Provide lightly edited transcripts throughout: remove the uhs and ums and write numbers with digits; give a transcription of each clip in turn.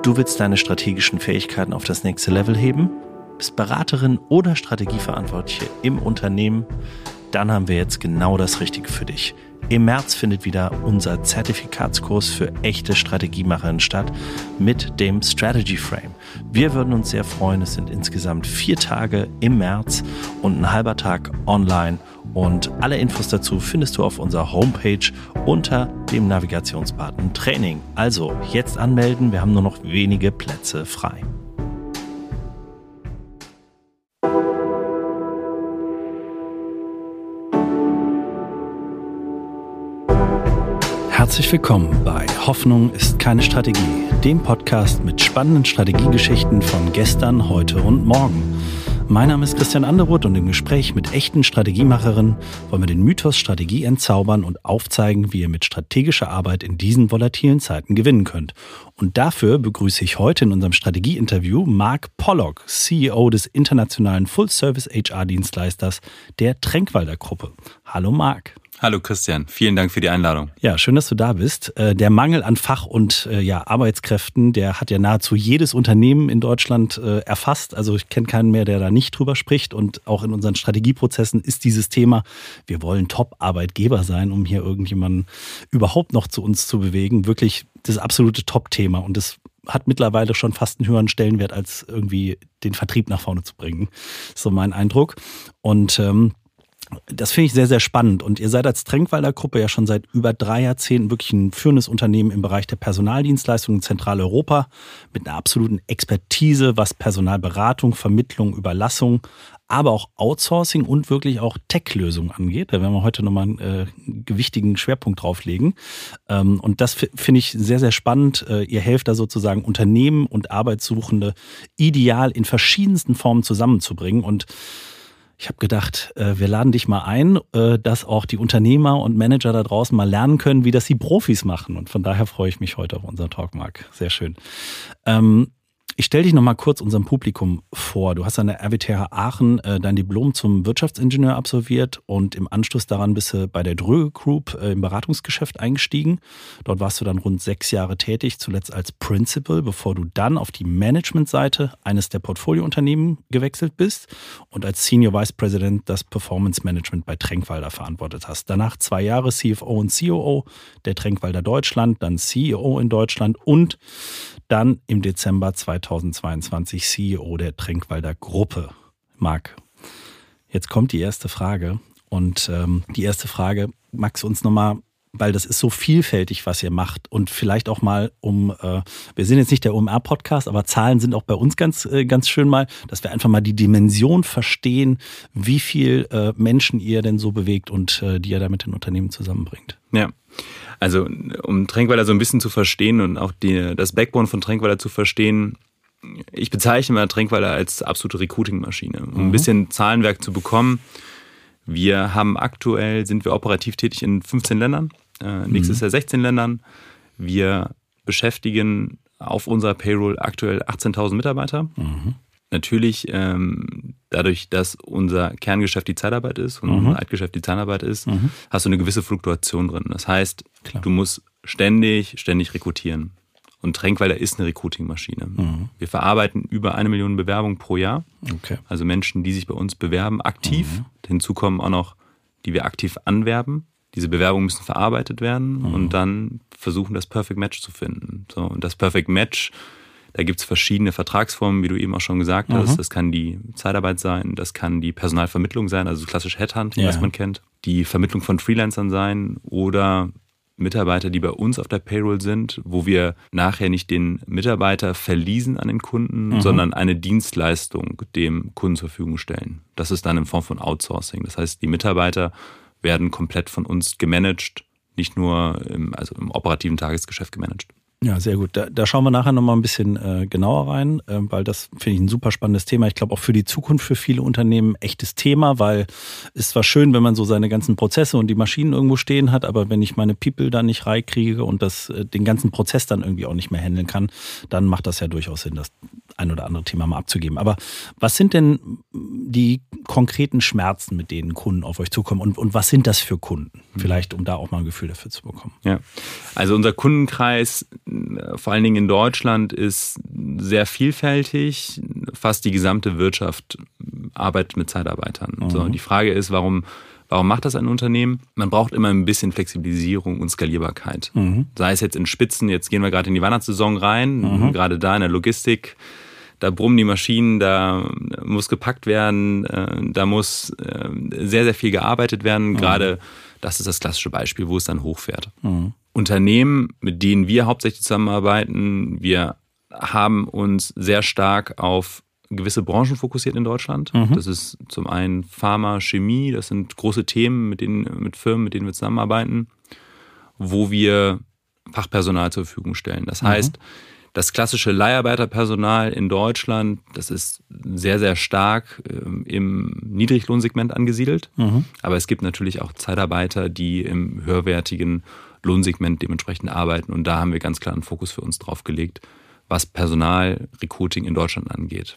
Du willst deine strategischen Fähigkeiten auf das nächste Level heben? Bist Beraterin oder Strategieverantwortliche im Unternehmen? Dann haben wir jetzt genau das Richtige für dich. Im März findet wieder unser Zertifikatskurs für echte Strategiemacherinnen statt mit dem Strategy Frame. Wir würden uns sehr freuen. Es sind insgesamt 4 Tage im März und ein halber Tag online. Und alle Infos dazu findest du auf unserer Homepage unter dem Navigationsbutton Training. Also jetzt anmelden, wir haben nur noch wenige Plätze frei. Herzlich willkommen bei Hoffnung ist keine Strategie, dem Podcast mit spannenden Strategiegeschichten von gestern, heute und morgen. Mein Name ist Christian Anderroth und im Gespräch mit echten Strategiemacherinnen wollen wir den Mythos Strategie entzaubern und aufzeigen, wie ihr mit strategischer Arbeit in diesen volatilen Zeiten gewinnen könnt. Und dafür begrüße ich heute in unserem Strategie-Interview Mark Pollock, CEO des internationalen Full-Service-HR-Dienstleisters der Tränkwalder Gruppe. Hallo Mark. Hallo Christian, vielen Dank für die Einladung. Ja, schön, dass du da bist. Der Mangel an Fach- und Arbeitskräften, der hat ja nahezu jedes Unternehmen in Deutschland erfasst. Also ich kenne keinen mehr, der da nicht drüber spricht. Und auch in unseren Strategieprozessen ist dieses Thema, wir wollen Top-Arbeitgeber sein, um hier irgendjemanden überhaupt noch zu uns zu bewegen, wirklich das absolute Top-Thema. Und das hat mittlerweile schon fast einen höheren Stellenwert, als irgendwie den Vertrieb nach vorne zu bringen. Das ist so mein Eindruck. Und das finde ich sehr, sehr spannend. Und ihr seid als Tränkwalder Gruppe ja schon seit über 3 Jahrzehnten wirklich ein führendes Unternehmen im Bereich der Personaldienstleistungen in Zentraleuropa mit einer absoluten Expertise, was Personalberatung, Vermittlung, Überlassung, aber auch Outsourcing und wirklich auch Tech-Lösungen angeht. Da werden wir heute nochmal einen gewichtigen Schwerpunkt drauflegen. Und das finde ich sehr, sehr spannend. Ihr helft da sozusagen Unternehmen und Arbeitssuchende ideal in verschiedensten Formen zusammenzubringen. Und ich habe gedacht, wir laden dich mal ein, dass auch die Unternehmer und Manager da draußen mal lernen können, wie das die Profis machen. Und von daher freue ich mich heute auf unseren Talk, Mark. Sehr schön. Ich stelle dich noch mal kurz unserem Publikum vor. Du hast an der RWTH Aachen dein Diplom zum Wirtschaftsingenieur absolviert und im Anschluss daran bist du bei der Dröge Group im Beratungsgeschäft eingestiegen. Dort warst du dann rund 6 Jahre tätig, zuletzt als Principal, bevor du dann auf die Managementseite eines der Portfoliounternehmen gewechselt bist und als Senior Vice President das Performance Management bei Tränkwalder verantwortet hast. Danach 2 Jahre CFO und COO der Tränkwalder Deutschland, dann CEO in Deutschland und dann im Dezember 2022 CEO der Tränkwalder Gruppe. Marc, jetzt kommt die erste Frage. Und die erste Frage, magst du uns nochmal, weil das ist so vielfältig, was ihr macht und vielleicht auch mal wir sind jetzt nicht der OMR-Podcast, aber Zahlen sind auch bei uns ganz schön mal, dass wir einfach mal die Dimension verstehen, wie viel Menschen ihr denn so bewegt und die ihr da mit den Unternehmen zusammenbringt. Ja, also um Tränkwalder so ein bisschen zu verstehen und auch das Backbone von Tränkwalder zu verstehen, ich bezeichne mal Tränkwalder als absolute Recruiting-Maschine. Um ein bisschen Zahlenwerk zu bekommen, sind wir operativ tätig in 15 Ländern, nächstes Jahr 16 Ländern. Wir beschäftigen auf unserer Payroll aktuell 18.000 Mitarbeiter. Natürlich, dadurch, dass unser Kerngeschäft die Zeitarbeit ist und unser Altgeschäft die Zeitarbeit ist, hast du eine gewisse Fluktuation drin. Das heißt, Du musst ständig rekrutieren. Und Tränkwalder ist eine Recruiting-Maschine. Wir verarbeiten über 1 Million Bewerbungen pro Jahr. Okay. Also Menschen, die sich bei uns bewerben, aktiv. Hinzu kommen auch noch, die wir aktiv anwerben. Diese Bewerbungen müssen verarbeitet werden und dann versuchen, das Perfect Match zu finden. So, und das Perfect Match, da gibt es verschiedene Vertragsformen, wie du eben auch schon gesagt hast. Das kann die Zeitarbeit sein, das kann die Personalvermittlung sein, also klassisch Headhunting, was man kennt. Die Vermittlung von Freelancern sein oder Mitarbeiter, die bei uns auf der Payroll sind, wo wir nachher nicht den Mitarbeiter verleasen an den Kunden, sondern eine Dienstleistung dem Kunden zur Verfügung stellen. Das ist dann in Form von Outsourcing. Das heißt, die Mitarbeiter werden komplett von uns gemanagt, nicht nur im operativen Tagesgeschäft gemanagt. Ja, sehr gut. Da schauen wir nachher nochmal ein bisschen genauer rein, weil das finde ich ein super spannendes Thema. Ich glaube auch für die Zukunft für viele Unternehmen echtes Thema, weil es zwar schön, wenn man so seine ganzen Prozesse und die Maschinen irgendwo stehen hat, aber wenn ich meine People dann nicht reinkriege und den ganzen Prozess dann irgendwie auch nicht mehr handeln kann, dann macht das ja durchaus Sinn, das ein oder andere Thema mal abzugeben. Aber was sind denn die konkreten Schmerzen, mit denen Kunden auf euch zukommen und was sind das für Kunden? Vielleicht, um da auch mal ein Gefühl dafür zu bekommen. Ja, also unser Kundenkreis vor allen Dingen in Deutschland ist sehr vielfältig. Fast die gesamte Wirtschaft arbeitet mit Zeitarbeitern. So, die Frage ist, warum macht das ein Unternehmen? Man braucht immer ein bisschen Flexibilisierung und Skalierbarkeit. Sei es jetzt in Spitzen, jetzt gehen wir gerade in die Weihnachtssaison rein, gerade da in der Logistik, da brummen die Maschinen, da muss gepackt werden, da muss sehr, sehr viel gearbeitet werden. Gerade das ist das klassische Beispiel, wo es dann hochfährt. Unternehmen, mit denen wir hauptsächlich zusammenarbeiten, wir haben uns sehr stark auf gewisse Branchen fokussiert in Deutschland. Das ist zum einen Pharma, Chemie, das sind große Themen mit Firmen, mit denen wir zusammenarbeiten, wo wir Fachpersonal zur Verfügung stellen. Das heißt, das klassische Leiharbeiterpersonal in Deutschland, das ist sehr, sehr stark im Niedriglohnsegment angesiedelt. Aber es gibt natürlich auch Zeitarbeiter, die im höherwertigen Lohnsegment dementsprechend arbeiten. Und da haben wir ganz klar einen Fokus für uns drauf gelegt, was Personalrecruiting in Deutschland angeht.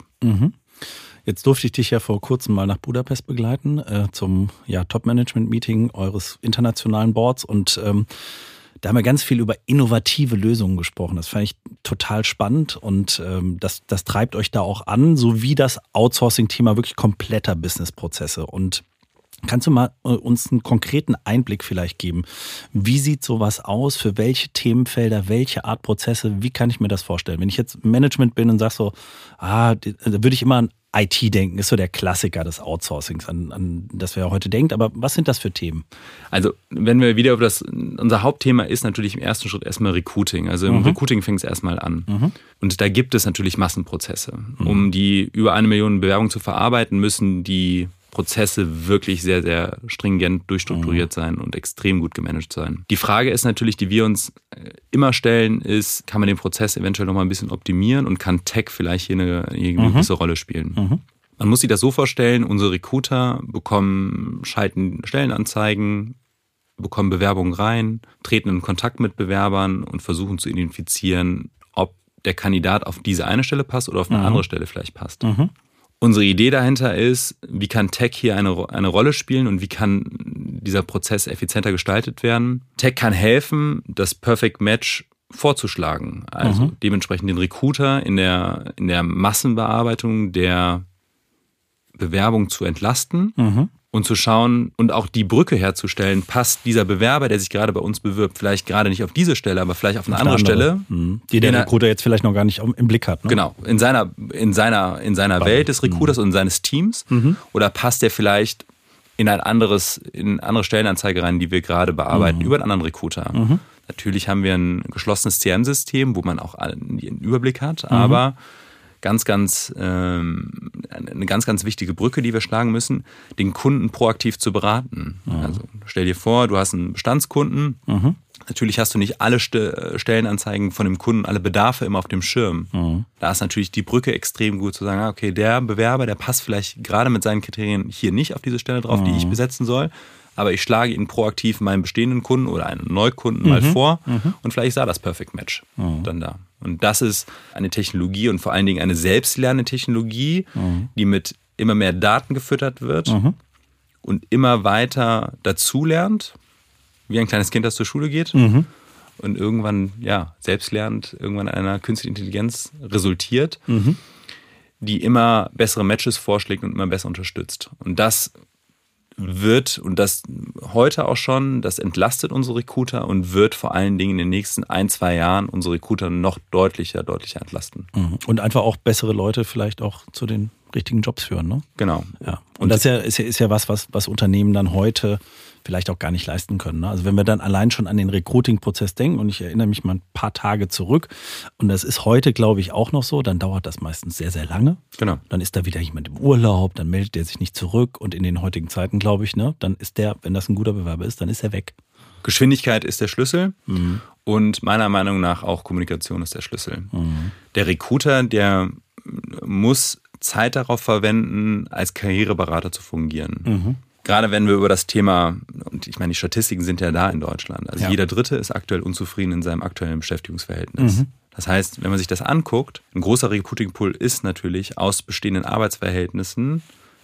Jetzt durfte ich dich ja vor kurzem mal nach Budapest begleiten zum Top-Management-Meeting eures internationalen Boards und da haben wir ganz viel über innovative Lösungen gesprochen. Das fand ich total spannend und das treibt euch da auch an, sowie das Outsourcing-Thema wirklich kompletter Businessprozesse. Und kannst du mal uns einen konkreten Einblick vielleicht geben? Wie sieht sowas aus? Für welche Themenfelder, welche Art Prozesse? Wie kann ich mir das vorstellen? Wenn ich jetzt Management bin und sage so, da würde ich immer an IT denken, ist so der Klassiker des Outsourcings, an das wer heute denkt. Aber was sind das für Themen? Also wenn wir wieder auf unser Hauptthema ist natürlich im ersten Schritt erstmal Recruiting. Also im Recruiting fängt es erstmal an. Und da gibt es natürlich Massenprozesse. Um die über 1 Million Bewerbungen zu verarbeiten, müssen die Prozesse wirklich sehr, sehr stringent durchstrukturiert sein und extrem gut gemanagt sein. Die Frage ist natürlich, die wir uns immer stellen, ist, kann man den Prozess eventuell noch mal ein bisschen optimieren und kann Tech vielleicht hier eine gewisse Rolle spielen? Man muss sich das so vorstellen, unsere Recruiter schalten Stellenanzeigen, bekommen Bewerbungen rein, treten in Kontakt mit Bewerbern und versuchen zu identifizieren, ob der Kandidat auf diese eine Stelle passt oder auf eine andere Stelle vielleicht passt. Unsere Idee dahinter ist, wie kann Tech hier eine Rolle spielen und wie kann dieser Prozess effizienter gestaltet werden. Tech kann helfen, das Perfect Match vorzuschlagen. Also dementsprechend den Recruiter in der Massenbearbeitung der Bewerbung zu entlasten und zu schauen und auch die Brücke herzustellen, passt dieser Bewerber, der sich gerade bei uns bewirbt, vielleicht gerade nicht auf diese Stelle, aber vielleicht auf eine andere Stelle. Die der Recruiter jetzt vielleicht noch gar nicht im Blick hat. Ne? Genau, in seiner Welt des Recruiters und seines Teams. Oder passt der vielleicht in andere Stellenanzeige rein, die wir gerade bearbeiten, über einen anderen Recruiter. Natürlich haben wir ein geschlossenes CRM-System, wo man auch einen Überblick hat, aber eine ganz, ganz wichtige Brücke, die wir schlagen müssen, den Kunden proaktiv zu beraten. Also stell dir vor, du hast einen Bestandskunden. Natürlich hast du nicht alle Stellenanzeigen von dem Kunden, alle Bedarfe immer auf dem Schirm. Da ist natürlich die Brücke extrem gut zu sagen, okay, der Bewerber, der passt vielleicht gerade mit seinen Kriterien hier nicht auf diese Stelle drauf, die ich besetzen soll. Aber ich schlage ihn proaktiv meinem bestehenden Kunden oder einem Neukunden mal vor und vielleicht sah das Perfect Match dann da. Und das ist eine Technologie und vor allen Dingen eine selbstlernende Technologie, die mit immer mehr Daten gefüttert wird und immer weiter dazulernt, wie ein kleines Kind, das zur Schule geht und irgendwann selbstlernend irgendwann in einer künstlichen Intelligenz resultiert, die immer bessere Matches vorschlägt und immer besser unterstützt. Und das und das heute auch schon, das entlastet unsere Recruiter und wird vor allen Dingen in den nächsten 1-2 Jahren unsere Recruiter noch deutlicher entlasten. Und einfach auch bessere Leute vielleicht auch zu den richtigen Jobs führen, ne? Genau. Ja. Und das ist ja was Unternehmen dann heute vielleicht auch gar nicht leisten können. Ne? Also wenn wir dann allein schon an den Recruiting-Prozess denken, und ich erinnere mich mal ein paar Tage zurück, und das ist heute, glaube ich, auch noch so, dann dauert das meistens sehr, sehr lange. Genau. Dann ist da wieder jemand im Urlaub, dann meldet der sich nicht zurück, und in den heutigen Zeiten, glaube ich, ne, dann ist der, wenn das ein guter Bewerber ist, dann ist er weg. Geschwindigkeit ist der Schlüssel und meiner Meinung nach auch Kommunikation ist der Schlüssel. Der Recruiter, der muss Zeit darauf verwenden, als Karriereberater zu fungieren. Gerade wenn wir über das Thema, und ich meine, die Statistiken sind ja da in Deutschland, also jeder Dritte ist aktuell unzufrieden in seinem aktuellen Beschäftigungsverhältnis. Das heißt, wenn man sich das anguckt, ein großer Recruiting-Pool ist natürlich aus bestehenden Arbeitsverhältnissen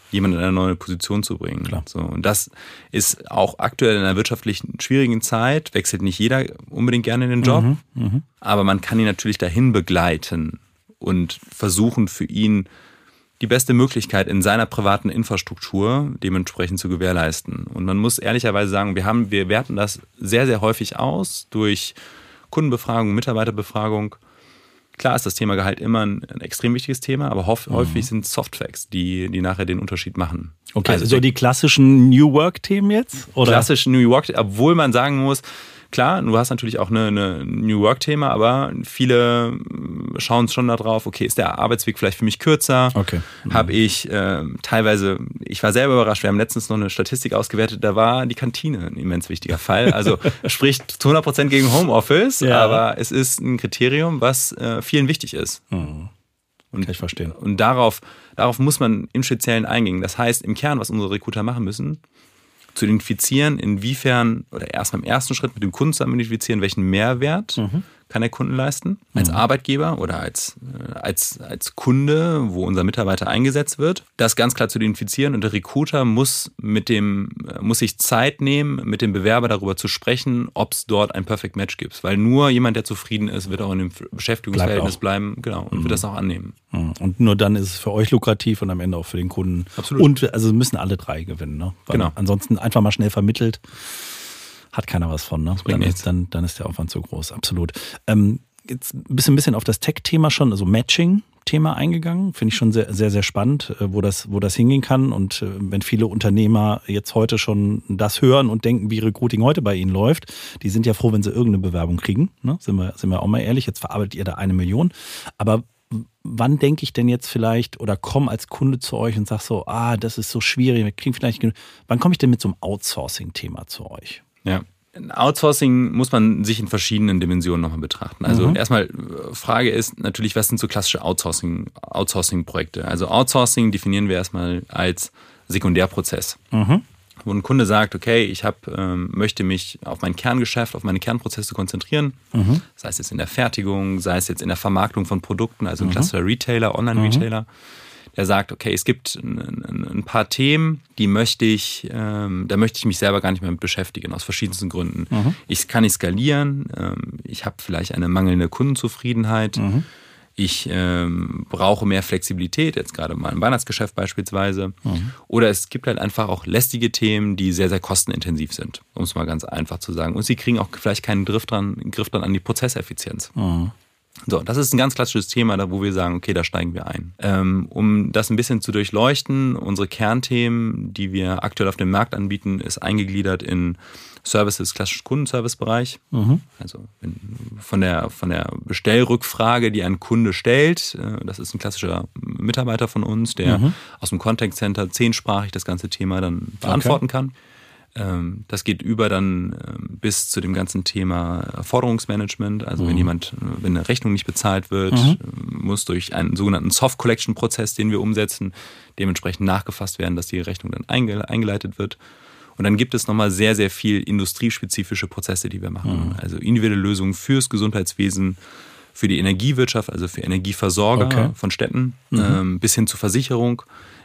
jemanden in eine neue Position zu bringen. Klar. So, und das ist auch aktuell in einer wirtschaftlich schwierigen Zeit, wechselt nicht jeder unbedingt gerne in den Job, aber man kann ihn natürlich dahin begleiten und versuchen für ihn die beste Möglichkeit in seiner privaten Infrastruktur dementsprechend zu gewährleisten. Und man muss ehrlicherweise sagen, wir werten das sehr, sehr häufig aus durch Kundenbefragung, Mitarbeiterbefragung. Klar ist das Thema Gehalt immer ein extrem wichtiges Thema, aber häufig sind Softfacts, die nachher den Unterschied machen. Okay, also so die klassischen New Work-Themen jetzt? Oder? Klassischen New Work, obwohl man sagen muss, klar, du hast natürlich auch eine New Work-Thema, aber viele schauen schon darauf, okay, ist der Arbeitsweg vielleicht für mich kürzer? Okay. Habe ich teilweise, ich war selber überrascht, wir haben letztens noch eine Statistik ausgewertet, da war die Kantine ein immens wichtiger Fall. Also spricht zu 100% gegen Homeoffice, aber es ist ein Kriterium, was vielen wichtig ist. Kann ich verstehen. Und darauf muss man im Speziellen eingehen. Das heißt, im Kern, was unsere Recruiter machen müssen, zu identifizieren, inwiefern, oder erstmal im ersten Schritt mit dem Kunden zusammen identifizieren, welchen Mehrwert kann der Kunde leisten, als Arbeitgeber oder als Kunde, wo unser Mitarbeiter eingesetzt wird. Das ganz klar zu identifizieren und der Recruiter muss sich Zeit nehmen, mit dem Bewerber darüber zu sprechen, ob es dort ein Perfect Match gibt. Weil nur jemand, der zufrieden ist, wird auch in dem Beschäftigungsverhältnis bleiben, genau, und wird das auch annehmen. Und nur dann ist es für euch lukrativ und am Ende auch für den Kunden. Absolut. Und also müssen alle drei gewinnen, ne? Weil genau. Ansonsten einfach mal schnell vermittelt, hat keiner was von, ne? Dann ist der Aufwand zu groß, absolut. Jetzt ein bisschen auf das Tech-Thema schon, also Matching-Thema eingegangen. Finde ich schon sehr, sehr, sehr spannend, wo das hingehen kann. Und wenn viele Unternehmer jetzt heute schon das hören und denken, wie Recruiting heute bei ihnen läuft, die sind ja froh, wenn sie irgendeine Bewerbung kriegen. Ne? Sind wir auch mal ehrlich, jetzt verarbeitet ihr da 1 Million. Aber wann denke ich denn jetzt vielleicht oder komme als Kunde zu euch und sage so, das ist so schwierig, wir kriegen vielleicht genug. Wann komme ich denn mit so einem Outsourcing-Thema zu euch? Ja. Outsourcing muss man sich in verschiedenen Dimensionen nochmal betrachten. Also erstmal, Frage ist natürlich, was sind so klassische Outsourcing-Projekte? Also Outsourcing definieren wir erstmal als Sekundärprozess. Wo ein Kunde sagt, okay, ich möchte mich auf mein Kerngeschäft, auf meine Kernprozesse konzentrieren, sei es jetzt in der Fertigung, sei es jetzt in der Vermarktung von Produkten, also ein klassischer Retailer, Online-Retailer, der sagt, okay, es gibt ein paar Themen, da möchte ich mich selber gar nicht mehr mit beschäftigen, aus verschiedensten Gründen. Ich kann nicht skalieren, ich habe vielleicht eine mangelnde Kundenzufriedenheit, ich brauche mehr Flexibilität, jetzt gerade mal im Weihnachtsgeschäft beispielsweise. Oder es gibt halt einfach auch lästige Themen, die sehr, sehr kostenintensiv sind, um es mal ganz einfach zu sagen. Und sie kriegen auch vielleicht keinen Griff dran an die Prozesseffizienz. So, das ist ein ganz klassisches Thema, da wo wir sagen, okay, da steigen wir ein. Um das ein bisschen zu durchleuchten, unsere Kernthemen, die wir aktuell auf dem Markt anbieten, ist eingegliedert in Services, klassischen Kundenservice-Bereich. Also von der Bestellrückfrage, die ein Kunde stellt, das ist ein klassischer Mitarbeiter von uns, der aus dem Contact Center 10-sprachig das ganze Thema dann beantworten kann. Das geht über dann bis zu dem ganzen Thema Forderungsmanagement. Also wenn eine Rechnung nicht bezahlt wird, muss durch einen sogenannten Soft-Collection-Prozess, den wir umsetzen, dementsprechend nachgefasst werden, dass die Rechnung dann eingeleitet wird. Und dann gibt es nochmal sehr, sehr viel industriespezifische Prozesse, die wir machen. Also individuelle Lösungen fürs Gesundheitswesen, für die Energiewirtschaft, also für Energieversorger von Städten, bis hin zur Versicherung,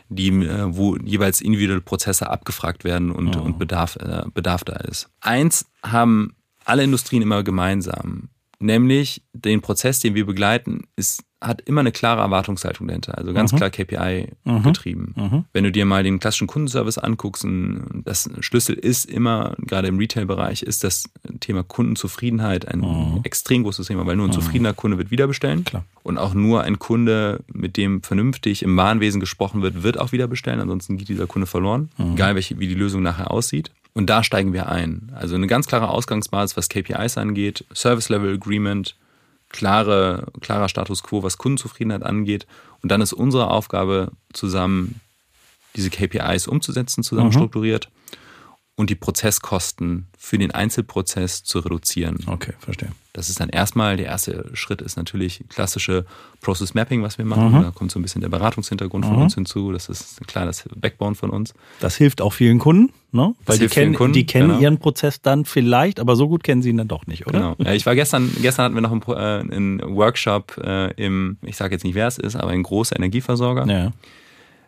wo jeweils individuelle Prozesse abgefragt werden und Bedarf da ist. Eins haben alle Industrien immer gemeinsam, nämlich den Prozess, den wir begleiten, hat immer eine klare Erwartungshaltung dahinter, also ganz klar KPI getrieben. Wenn du dir mal den klassischen Kundenservice anguckst, das Schlüssel ist immer, gerade im Retail-Bereich, ist das Thema Kundenzufriedenheit ein extrem großes Thema, weil nur ein zufriedener Kunde wird wieder bestellen. Klar. Und auch nur ein Kunde, mit dem vernünftig im Warenwesen gesprochen wird auch wieder bestellen, ansonsten geht dieser Kunde verloren, egal wie die Lösung nachher aussieht. Und da steigen wir ein. Also eine ganz klare Ausgangsbasis, was KPIs angeht, Service Level Agreement, klarer Status Quo, was Kundenzufriedenheit angeht. Und dann ist unsere Aufgabe, zusammen diese KPIs umzusetzen, zusammen strukturiert und die Prozesskosten für den Einzelprozess zu reduzieren. Okay, verstehe. Das ist dann erstmal, der erste Schritt ist natürlich klassische Process Mapping, was wir machen. Da kommt so ein bisschen der Beratungshintergrund von uns hinzu. Das ist klar das Backbone von uns. Das hilft auch vielen Kunden, ne? Weil die kennen ihren Prozess dann vielleicht, aber so gut kennen sie ihn dann doch nicht, oder? Genau. Ja, ich war gestern hatten wir noch einen Workshop ich sage jetzt nicht, wer es ist, aber ein großer Energieversorger. Ja.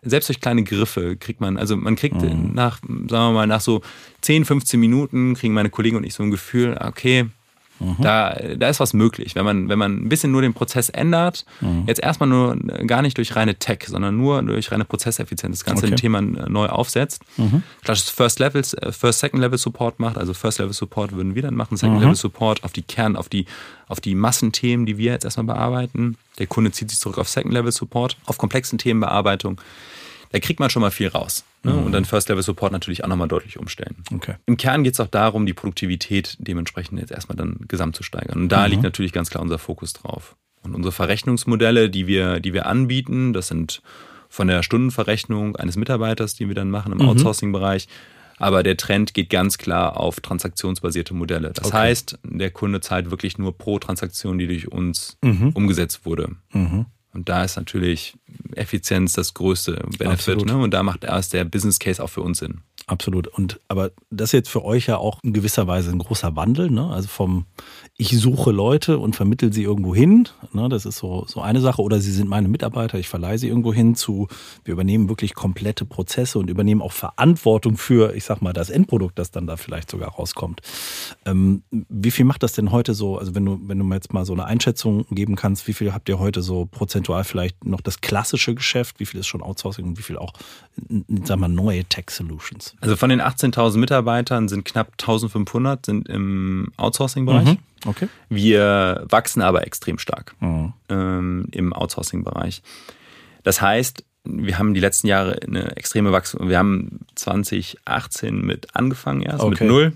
selbst durch kleine Griffe kriegt man nach so 10, 15 Minuten kriegen meine Kollegen und ich so ein Gefühl, okay, da ist was möglich. Wenn man ein bisschen nur den Prozess ändert, jetzt erstmal nur gar nicht durch reine Tech, sondern nur durch reine Prozesseffizienz, das ganze Thema neu aufsetzt, klassisches First-Second-Level-Support macht, also First-Level-Support würden wir dann machen, Second-Level-Support auf die Massenthemen, die wir jetzt erstmal bearbeiten. Der Kunde zieht sich zurück auf Second-Level-Support, auf komplexen Themenbearbeitung. Da kriegt man schon mal viel raus. Ne? Und dann First-Level-Support natürlich auch nochmal deutlich umstellen. Okay. Im Kern geht es auch darum, die Produktivität dementsprechend jetzt erstmal dann gesamt zu steigern. Und da liegt natürlich ganz klar unser Fokus drauf. Und unsere Verrechnungsmodelle, die wir anbieten, das sind von der Stundenverrechnung eines Mitarbeiters, die wir dann machen im Outsourcing-Bereich. Aber der Trend geht ganz klar auf transaktionsbasierte Modelle. Das heißt, der Kunde zahlt wirklich nur pro Transaktion, die durch uns umgesetzt wurde. Und da ist natürlich Effizienz das größte Benefit. Ne? Und da macht erst der Business Case auch für uns Sinn. Absolut. Aber das ist jetzt für euch ja auch in gewisser Weise ein großer Wandel. Ne? Also vom ich suche Leute und vermittle sie irgendwo hin. Ne? Das ist so eine Sache. Oder sie sind meine Mitarbeiter, ich verleihe sie irgendwo hin zu, wir übernehmen wirklich komplette Prozesse und übernehmen auch Verantwortung für, ich sag mal, das Endprodukt, das dann da vielleicht sogar rauskommt. Wie viel macht das denn heute so? Also wenn du mir jetzt mal so eine Einschätzung geben kannst, wie viel habt ihr heute so prozentual vielleicht noch das klassische Geschäft? Wie viel ist schon Outsourcing und wie viel auch, sag mal, neue Tech-Solutions? Also von den 18.000 Mitarbeitern sind knapp 1.500 sind im Outsourcing-Bereich. Okay. Wir wachsen aber extrem stark im Outsourcing-Bereich. Das heißt, wir haben die letzten Jahre eine extreme Wachstum. Wir haben 2018 mit angefangen erst, mit 0.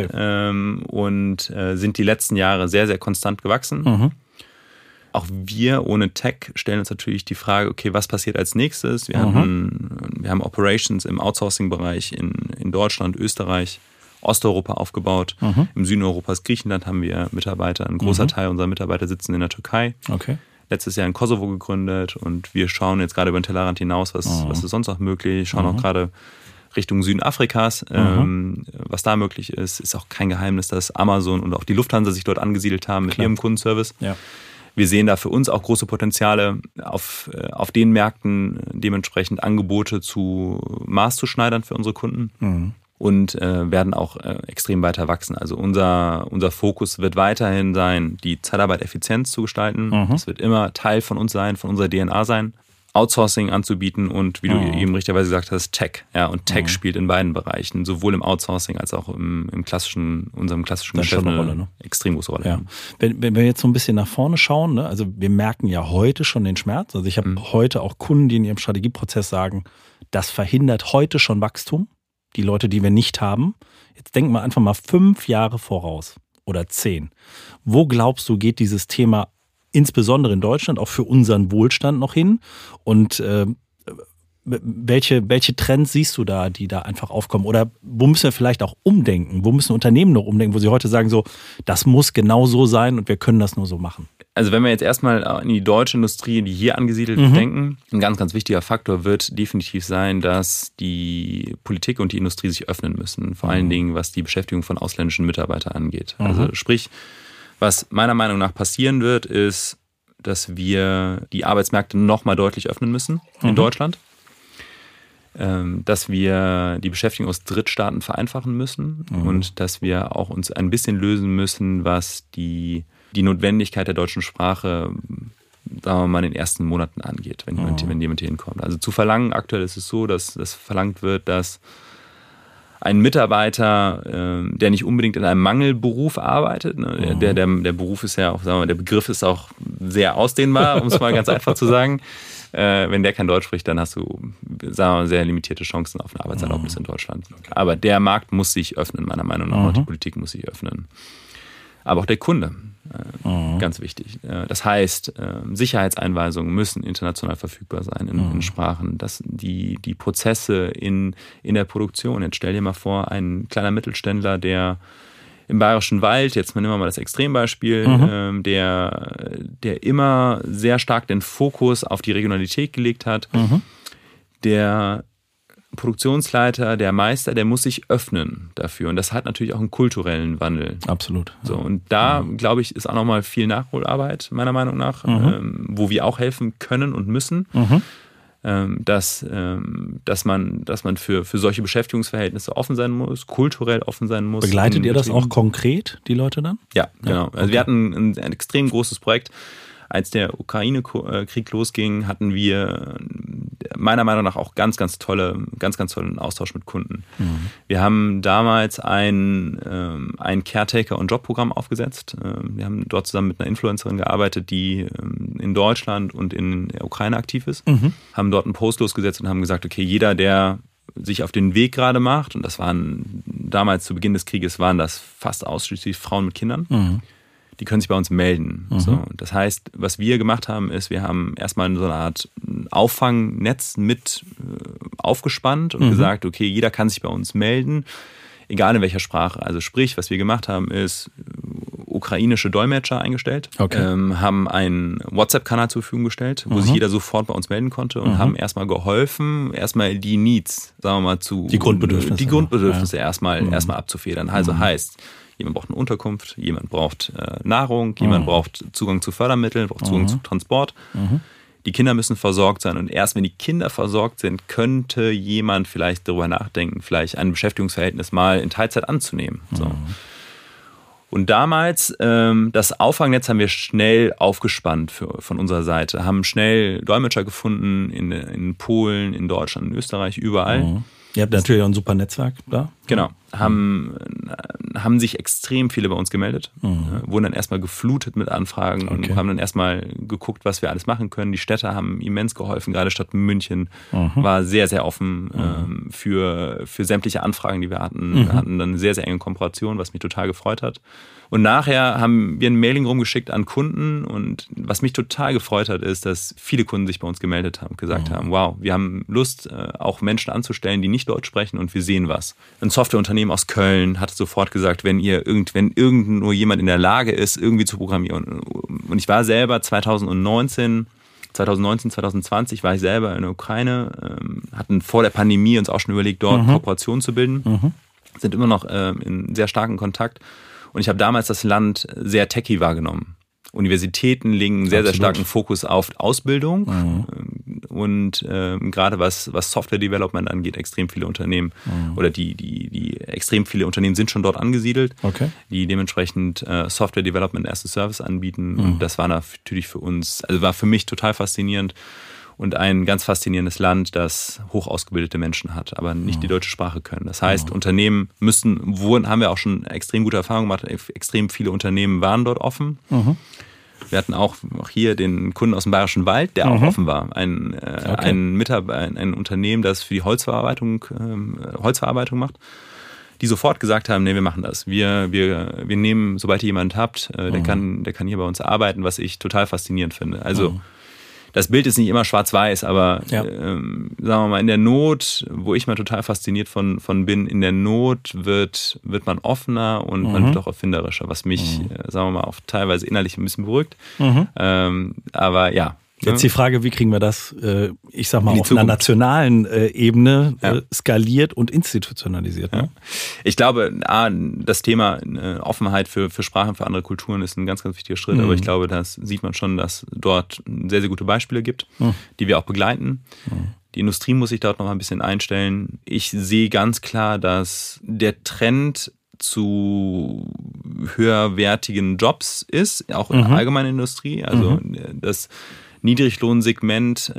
Und sind die letzten Jahre sehr, sehr konstant gewachsen. Auch wir ohne Tech stellen uns natürlich die Frage, okay, was passiert als nächstes? Wir haben Operations im Outsourcing-Bereich in Deutschland, Österreich, Osteuropa aufgebaut. Im Süden Europas, Griechenland, haben wir Mitarbeiter. Ein großer Teil unserer Mitarbeiter sitzen in der Türkei. Letztes Jahr in Kosovo gegründet und wir schauen jetzt gerade über den Tellerrand hinaus, was ist sonst noch möglich. Schauen auch gerade Richtung Süden Afrikas, was da möglich ist. Ist auch kein Geheimnis, dass Amazon und auch die Lufthansa sich dort angesiedelt haben mit ihrem Kundenservice. Ja. Wir sehen da für uns auch große Potenziale, auf den Märkten dementsprechend Angebote maßzuschneidern für unsere Kunden und werden auch extrem weiter wachsen. Also unser Fokus wird weiterhin sein, die Zeitarbeit effizient zu gestalten. Das wird immer Teil von uns sein, von unserer DNA sein. Outsourcing anzubieten und, wie du eben richtigerweise gesagt hast, Tech. Ja, und Tech spielt in beiden Bereichen, sowohl im Outsourcing als auch unserem klassischen Geschäft eine Rolle, ne? Extrem große Rolle. Ja. Wenn wir jetzt so ein bisschen nach vorne schauen, ne, also wir merken ja heute schon den Schmerz. Also ich habe heute auch Kunden, die in ihrem Strategieprozess sagen, das verhindert heute schon Wachstum. Die Leute, die wir nicht haben. Jetzt denken wir einfach mal 5 Jahre voraus oder 10. Wo glaubst du, geht dieses Thema insbesondere in Deutschland auch für unseren Wohlstand noch hin? Und welche Trends siehst du da, die da einfach aufkommen? Oder wo müssen wir vielleicht auch umdenken? Wo müssen Unternehmen noch umdenken, wo sie heute sagen, so, das muss genau so sein und wir können das nur so machen? Also wenn wir jetzt erstmal in die deutsche Industrie, die hier angesiedelt denken, ein ganz, ganz wichtiger Faktor wird definitiv sein, dass die Politik und die Industrie sich öffnen müssen. Vor allen Dingen, was die Beschäftigung von ausländischen Mitarbeitern angeht. Also sprich, was meiner Meinung nach passieren wird, ist, dass wir die Arbeitsmärkte noch mal deutlich öffnen müssen in Deutschland. Dass wir die Beschäftigung aus Drittstaaten vereinfachen müssen und dass wir auch uns ein bisschen lösen müssen, was die Notwendigkeit der deutschen Sprache, sagen wir mal, in den ersten Monaten angeht, wenn jemand hier hinkommt. Also zu verlangen, aktuell ist es so, dass verlangt wird, dass ein Mitarbeiter, der nicht unbedingt in einem Mangelberuf arbeitet, ne, der Beruf ist ja auch, sagen wir mal, der Begriff ist auch sehr ausdehnbar, um es mal ganz einfach zu sagen. Wenn der kein Deutsch spricht, dann hast du, sagen wir mal, sehr limitierte Chancen auf eine Arbeitserlaubnis in Deutschland. Aber der Markt muss sich öffnen, meiner Meinung nach, und die Politik muss sich öffnen. Aber auch der Kunde, ganz wichtig. Das heißt, Sicherheitseinweisungen müssen international verfügbar sein in Sprachen. Die Prozesse in der Produktion. Jetzt stell dir mal vor, ein kleiner Mittelständler, der im Bayerischen Wald, jetzt nehmen wir mal das Extrembeispiel, der immer sehr stark den Fokus auf die Regionalität gelegt hat, der Produktionsleiter, der Meister, der muss sich öffnen dafür. Und das hat natürlich auch einen kulturellen Wandel. Absolut. So, und da, glaube ich, ist auch nochmal viel Nachholarbeit, meiner Meinung nach, wo wir auch helfen können und müssen. dass man für solche Beschäftigungsverhältnisse offen sein muss, kulturell offen sein muss. Begleitet ihr das auch konkret, die Leute dann? Ja, genau. Also wir hatten ein extrem großes Projekt. Als der Ukraine-Krieg losging, hatten wir meiner Meinung nach auch ganz tollen Austausch mit Kunden. Mhm. Wir haben damals ein Caretaker- und Jobprogramm aufgesetzt. Wir haben dort zusammen mit einer Influencerin gearbeitet, die in Deutschland und in der Ukraine aktiv ist. Mhm. Haben dort einen Post losgesetzt und haben gesagt, okay, jeder, der sich auf den Weg gerade macht, und das waren damals zu Beginn des Krieges, waren das fast ausschließlich Frauen mit Kindern, die können sich bei uns melden. Mhm. So, das heißt, was wir gemacht haben, ist, wir haben erstmal so eine Art Auffangnetz mit aufgespannt und gesagt, okay, jeder kann sich bei uns melden, egal in welcher Sprache. Also sprich, was wir gemacht haben, ist ukrainische Dolmetscher eingestellt, haben einen WhatsApp-Kanal zur Verfügung gestellt, wo sich jeder sofort bei uns melden konnte und haben erstmal geholfen, erstmal die Needs, sagen wir mal, die Grundbedürfnisse erstmal abzufedern. Also heißt, jemand braucht eine Unterkunft, jemand braucht Nahrung, jemand braucht Zugang zu Fördermitteln, braucht Zugang zu Transport. Die Kinder müssen versorgt sein und erst wenn die Kinder versorgt sind, könnte jemand vielleicht darüber nachdenken, vielleicht ein Beschäftigungsverhältnis mal in Teilzeit anzunehmen. So. Und damals, das Auffangnetz haben wir schnell aufgespannt von unserer Seite, haben schnell Dolmetscher gefunden in Polen, in Deutschland, in Österreich, überall. Ihr habt natürlich auch ein super Netzwerk da. Genau. Haben sich extrem viele bei uns gemeldet, wurden dann erstmal geflutet mit Anfragen und haben dann erstmal geguckt, was wir alles machen können. Die Städte haben immens geholfen, gerade Stadt München war sehr, sehr offen für sämtliche Anfragen, die wir hatten. Wir hatten dann eine sehr, sehr enge Kooperation, was mich total gefreut hat. Und nachher haben wir ein Mailing rumgeschickt an Kunden und was mich total gefreut hat, ist, dass viele Kunden sich bei uns gemeldet haben, gesagt haben, wow, wir haben Lust, auch Menschen anzustellen, die nicht Deutsch sprechen und wir sehen was. Ein Softwareunternehmen aus Köln hat sofort gesagt, wenn irgendwo jemand in der Lage ist, irgendwie zu programmieren. Und ich war selber 2019, 2020 war ich selber in der Ukraine, hatten vor der Pandemie uns auch schon überlegt, dort Kooperationen zu bilden, sind immer noch in sehr starken Kontakt. Und ich habe damals das Land sehr techy wahrgenommen. Universitäten legen einen sehr, sehr starken Fokus auf Ausbildung und gerade was Software Development angeht, extrem viele Unternehmen oder die extrem viele Unternehmen sind schon dort angesiedelt, die dementsprechend Software Development as a Service anbieten und das war natürlich für uns, also war für mich total faszinierend und ein ganz faszinierendes Land, das hoch ausgebildete Menschen hat, aber nicht die deutsche Sprache können. Das heißt, Unternehmen haben wir auch schon extrem gute Erfahrungen gemacht, extrem viele Unternehmen waren dort offen. Wir hatten auch hier den Kunden aus dem Bayerischen Wald, der auch offen war. Ein Unternehmen, das für die Holzverarbeitung macht, die sofort gesagt haben, nee, wir machen das. Wir nehmen, sobald ihr jemanden habt, der kann hier bei uns arbeiten, was ich total faszinierend finde. Also das Bild ist nicht immer schwarz-weiß, aber sagen wir mal, in der Not, wo ich mal total fasziniert von bin, in der Not wird man offener und man wird auch erfinderischer, was mich, sagen wir mal, auch teilweise innerlich ein bisschen beruhigt. Aber ja. Jetzt die Frage, wie kriegen wir das, ich sag mal, auf einer nationalen Ebene skaliert und institutionalisiert? Ne? Ich glaube, das Thema Offenheit für Sprachen, für andere Kulturen ist ein ganz, ganz wichtiger Schritt. Aber ich glaube, das sieht man schon, dass dort sehr, sehr gute Beispiele gibt, die wir auch begleiten. Die Industrie muss sich dort noch ein bisschen einstellen. Ich sehe ganz klar, dass der Trend zu höherwertigen Jobs ist, auch in der allgemeinen Industrie. Also das Niedriglohnsegment,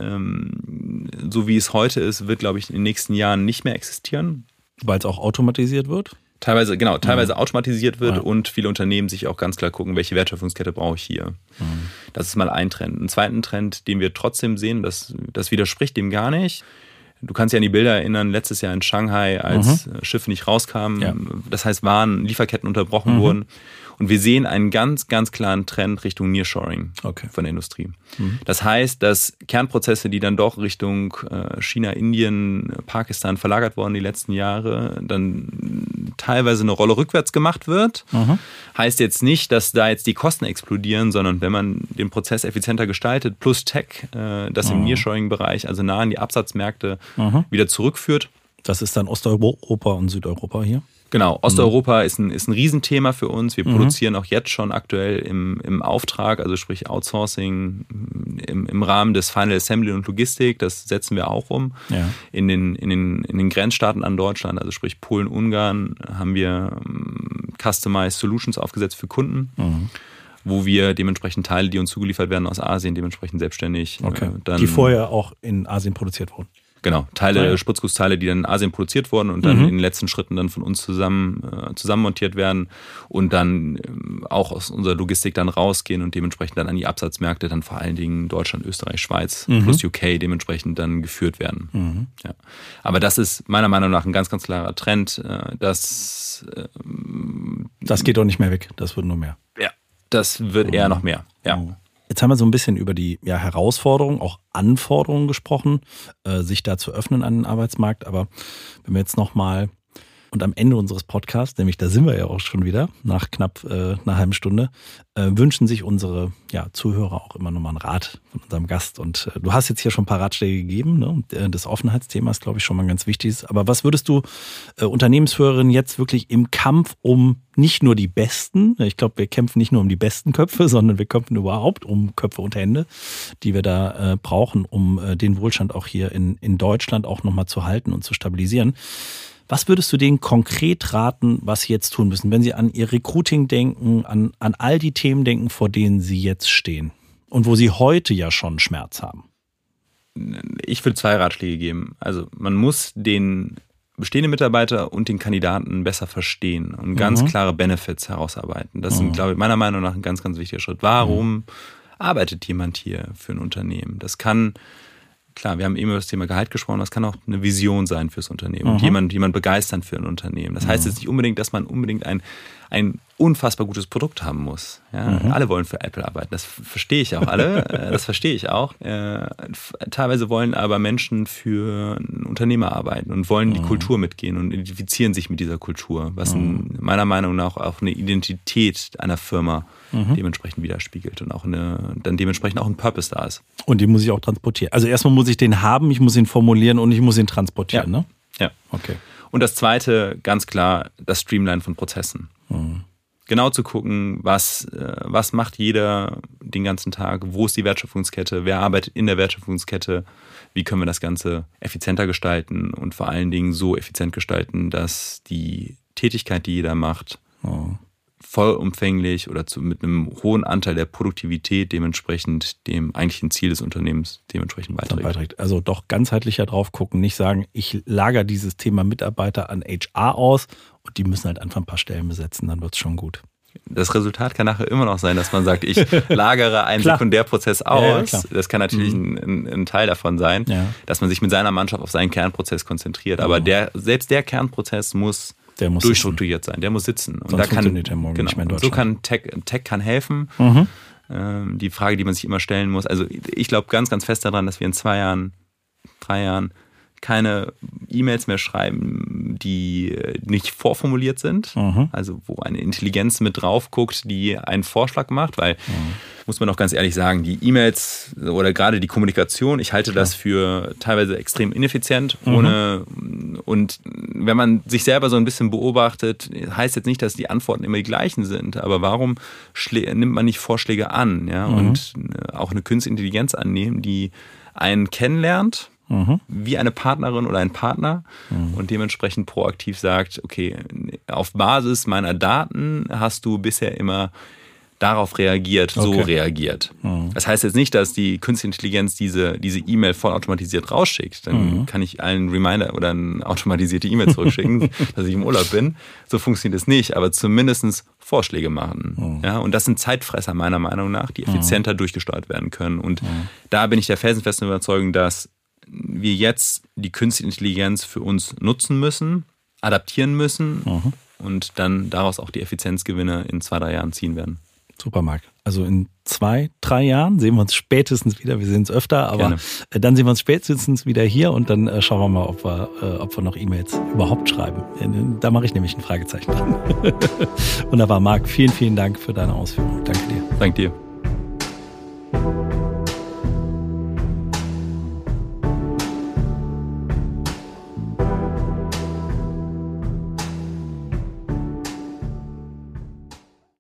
so wie es heute ist, wird, glaube ich, in den nächsten Jahren nicht mehr existieren. Weil es auch automatisiert wird? Teilweise automatisiert wird und viele Unternehmen sich auch ganz klar gucken, welche Wertschöpfungskette brauche ich hier. Das ist mal ein Trend. Einen zweiten Trend, den wir trotzdem sehen, das widerspricht dem gar nicht. Du kannst dich an die Bilder erinnern, letztes Jahr in Shanghai, als Schiffe nicht rauskamen. Das heißt, Lieferketten unterbrochen wurden. Und wir sehen einen ganz, ganz klaren Trend Richtung Nearshoring von der Industrie. Das heißt, dass Kernprozesse, die dann doch Richtung China, Indien, Pakistan verlagert wurden die letzten Jahre, dann teilweise eine Rolle rückwärts gemacht wird. Heißt jetzt nicht, dass da jetzt die Kosten explodieren, sondern wenn man den Prozess effizienter gestaltet, plus Tech, das im Nearshoring-Bereich, also nah an die Absatzmärkte, wieder zurückführt. Das ist dann Osteuropa und Südeuropa hier? Genau, Osteuropa ist ein Riesenthema für uns. Wir produzieren auch jetzt schon aktuell im Auftrag, also sprich Outsourcing im Rahmen des Final Assembly und Logistik. Das setzen wir auch um. Ja. In den Grenzstaaten an Deutschland, also sprich Polen, Ungarn, haben wir Customized Solutions aufgesetzt für Kunden, wo wir dementsprechend Teile, die uns zugeliefert werden aus Asien, dementsprechend selbstständig. Die vorher auch in Asien produziert wurden. Genau, Spritzgussteile, die dann in Asien produziert wurden und dann in den letzten Schritten dann von uns zusammen montiert werden und dann auch aus unserer Logistik dann rausgehen und dementsprechend dann an die Absatzmärkte, dann vor allen Dingen Deutschland, Österreich, Schweiz plus UK dementsprechend dann geführt werden. Ja. Aber das ist meiner Meinung nach ein ganz, ganz klarer Trend, dass das geht doch nicht mehr weg, das wird nur mehr. Ja, das wird eher noch mehr, ja. Jetzt haben wir so ein bisschen über die Herausforderungen, auch Anforderungen gesprochen, sich da zu öffnen an den Arbeitsmarkt. Aber wenn wir jetzt nochmal und am Ende unseres Podcasts, nämlich da sind wir ja auch schon wieder, nach knapp einer halben Stunde, wünschen sich unsere Zuhörer auch immer nochmal einen Rat von unserem Gast. Und du hast jetzt hier schon ein paar Ratschläge gegeben, ne? Das Offenheitsthema ist, glaube ich, schon mal ganz wichtig. Aber was würdest du Unternehmensführerinnen jetzt wirklich im Kampf um nicht nur die Besten, ich glaube, wir kämpfen nicht nur um die besten Köpfe, sondern wir kämpfen überhaupt um Köpfe und Hände, die wir da brauchen, um den Wohlstand auch hier in Deutschland auch nochmal zu halten und zu stabilisieren. Was würdest du denen konkret raten, was sie jetzt tun müssen, wenn sie an ihr Recruiting denken, an all die Themen denken, vor denen sie jetzt stehen und wo sie heute ja schon Schmerz haben? Ich würde 2 Ratschläge geben. Also man muss den bestehenden Mitarbeiter und den Kandidaten besser verstehen und ganz klare Benefits herausarbeiten. Das ist, glaube ich, meiner Meinung nach ein ganz, ganz wichtiger Schritt. Warum arbeitet jemand hier für ein Unternehmen? Das kann... Klar, wir haben eben über das Thema Gehalt gesprochen, das kann auch eine Vision sein fürs Unternehmen und jemand begeistern für ein Unternehmen. Das heißt jetzt nicht unbedingt, dass man unbedingt ein unfassbar gutes Produkt haben muss. Ja, alle wollen für Apple arbeiten, das verstehe ich auch alle, das verstehe ich auch. Teilweise wollen aber Menschen für einen Unternehmer arbeiten und wollen die Kultur mitgehen und identifizieren sich mit dieser Kultur, was meiner Meinung nach auch eine Identität einer Firma dementsprechend widerspiegelt und auch dann dementsprechend auch ein Purpose da ist. Und den muss ich auch transportieren. Also erstmal muss ich den haben, ich muss ihn formulieren und ich muss ihn transportieren, ne? Ja. Okay. Und das Zweite, ganz klar, das Streamline von Prozessen. Genau zu gucken, was macht jeder den ganzen Tag, wo ist die Wertschöpfungskette, wer arbeitet in der Wertschöpfungskette, wie können wir das Ganze effizienter gestalten und vor allen Dingen so effizient gestalten, dass die Tätigkeit, die jeder macht, vollumfänglich oder mit einem hohen Anteil der Produktivität dementsprechend dem eigentlichen Ziel des Unternehmens dementsprechend beiträgt. Also doch ganzheitlicher drauf gucken, nicht sagen, ich lagere dieses Thema Mitarbeiter an HR aus und die müssen halt einfach ein paar Stellen besetzen, dann wird es schon gut. Das Resultat kann nachher immer noch sein, dass man sagt, ich lagere einen Sekundärprozess aus. Ja, das kann natürlich ein Teil davon sein, dass man sich mit seiner Mannschaft auf seinen Kernprozess konzentriert. Aber selbst der Kernprozess muss durchstrukturiert sein, der muss sitzen. Und sonst funktioniert der morgen nicht mehr in Deutschland. So kann Tech kann helfen. Die Frage, die man sich immer stellen muss, also ich glaube ganz, ganz fest daran, dass wir in 2 Jahren, 3 Jahren keine E-Mails mehr schreiben, die nicht vorformuliert sind, also wo eine Intelligenz mit drauf guckt, die einen Vorschlag macht, weil, muss man auch ganz ehrlich sagen, die E-Mails oder gerade die Kommunikation, ich halte das für teilweise extrem ineffizient, und wenn man sich selber so ein bisschen beobachtet, heißt jetzt nicht, dass die Antworten immer die gleichen sind, aber warum nimmt man nicht Vorschläge an, ja, und auch eine künstliche Intelligenz annehmen, die einen kennenlernt, wie eine Partnerin oder ein Partner und dementsprechend proaktiv sagt, okay, auf Basis meiner Daten hast du bisher immer darauf reagiert, so reagiert. Das heißt jetzt nicht, dass die künstliche Intelligenz diese E-Mail vollautomatisiert rausschickt. Dann kann ich allen Reminder oder eine automatisierte E-Mail zurückschicken, dass ich im Urlaub bin. So funktioniert es nicht, aber zumindest Vorschläge machen. Ja, und das sind Zeitfresser meiner Meinung nach, die effizienter durchgesteuert werden können. Und da bin ich der felsenfesten Überzeugung, dass wir jetzt die künstliche Intelligenz für uns nutzen müssen, adaptieren müssen und dann daraus auch die Effizienzgewinne in 2, 3 Jahren ziehen werden. Super, Marc. Also in 2, 3 Jahren sehen wir uns spätestens wieder. Wir sehen es öfter, aber dann sehen wir uns spätestens wieder hier und dann schauen wir mal, ob wir noch E-Mails überhaupt schreiben. Da mache ich nämlich ein Fragezeichen dran. Wunderbar, Marc. Vielen, vielen Dank für deine Ausführungen. Danke dir. Danke dir.